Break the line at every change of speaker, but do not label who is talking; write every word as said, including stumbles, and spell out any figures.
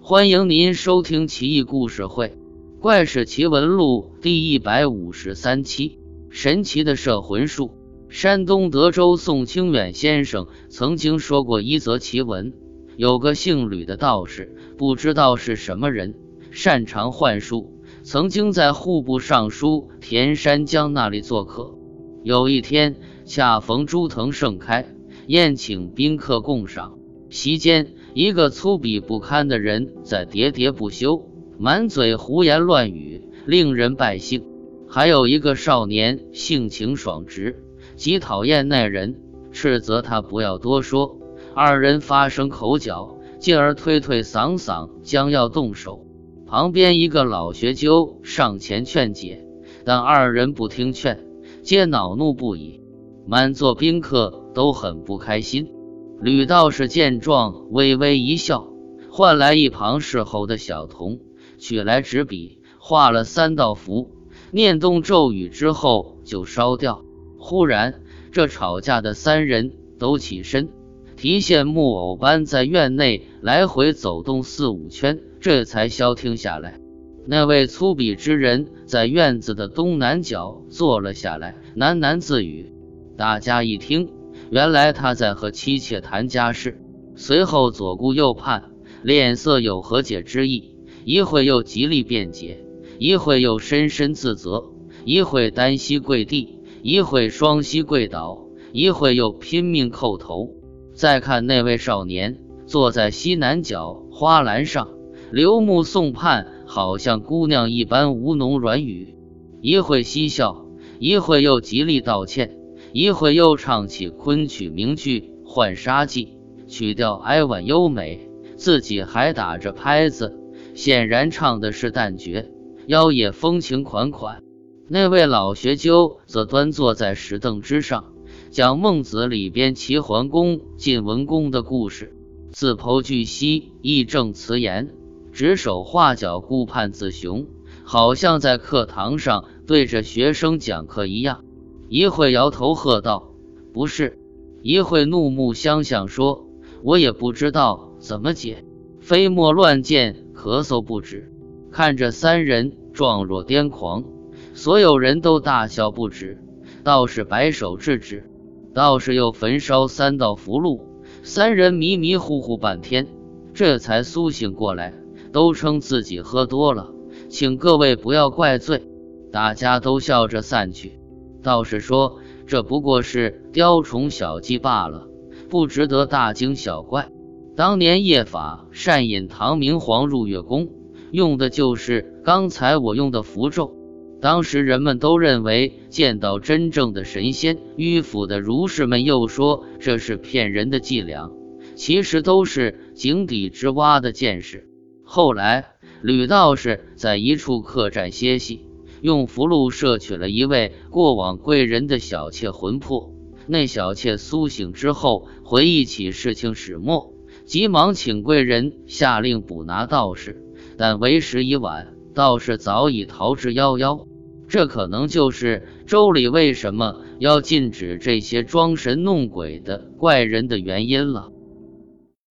欢迎您收听奇异故事会《怪事奇闻录》第一百五十三期，神奇的摄魂术。山东德州宋清远先生曾经说过一则奇闻，有个姓吕的道士，不知道是什么人，擅长幻术，曾经在户部尚书田山江那里做客。有一天恰逢朱藤盛开，宴请宾客共赏。席间，一个粗鄙不堪的人在喋喋不休，满嘴胡言乱语，令人败兴。还有一个少年性情爽直，极讨厌那人，斥责他不要多说。二人发生口角，进而推推搡搡，将要动手。旁边一个老学究上前劝解，但二人不听劝，皆恼怒不已。满座宾客都很不开心。吕道士见状微微一笑，唤来一旁侍候的小童，取来纸笔，画了三道符，念动咒语之后就烧掉。忽然这吵架的三人都起身，提线木偶般在院内来回走动四五圈，这才消停下来。那位粗鄙之人在院子的东南角坐了下来，喃喃自语。大家一听，原来他在和妻妾谈家事，随后左顾右盼，脸色有和解之意，一会又极力辩解，一会又深深自责，一会单膝跪地，一会双膝跪倒，一会又拼命叩头。再看那位少年坐在西南角花篮上，流目送盼，好像姑娘一般吴侬软语，一会嬉笑，一会又极力道歉，一会又唱起昆曲名剧《浣纱记》，曲调哀婉优美，自己还打着拍子，显然唱的是旦角，腰也风情款款。那位老学究则端坐在石凳之上，讲孟子里边齐桓公晋文公的故事，自剖据悉，义正辞严，指手画脚，顾盼自雄，好像在课堂上对着学生讲课一样。一会摇头喝道不是，一会怒目相向说我也不知道怎么解，飞沫乱溅，咳嗽不止。看着三人状若癫狂，所有人都大笑不止。道士摆手制止，道士又焚烧三道符箓，三人迷迷糊糊半天，这才苏醒过来，都称自己喝多了，请各位不要怪罪。大家都笑着散去。道士说，这不过是雕虫小技罢了，不值得大惊小怪。当年叶法善引唐明皇入月宫，用的就是刚才我用的符咒。当时人们都认为见到真正的神仙，迂腐的儒士们又说这是骗人的伎俩，其实都是井底之蛙的见识。后来吕道士在一处客栈歇息，用符箓摄取了一位过往贵人的小妾魂魄。那小妾苏醒之后，回忆起事情始末，急忙请贵人下令捕拿道士，但为时已晚，道士早已逃之夭夭。这可能就是周礼为什么要禁止这些装神弄鬼的怪人的原因了。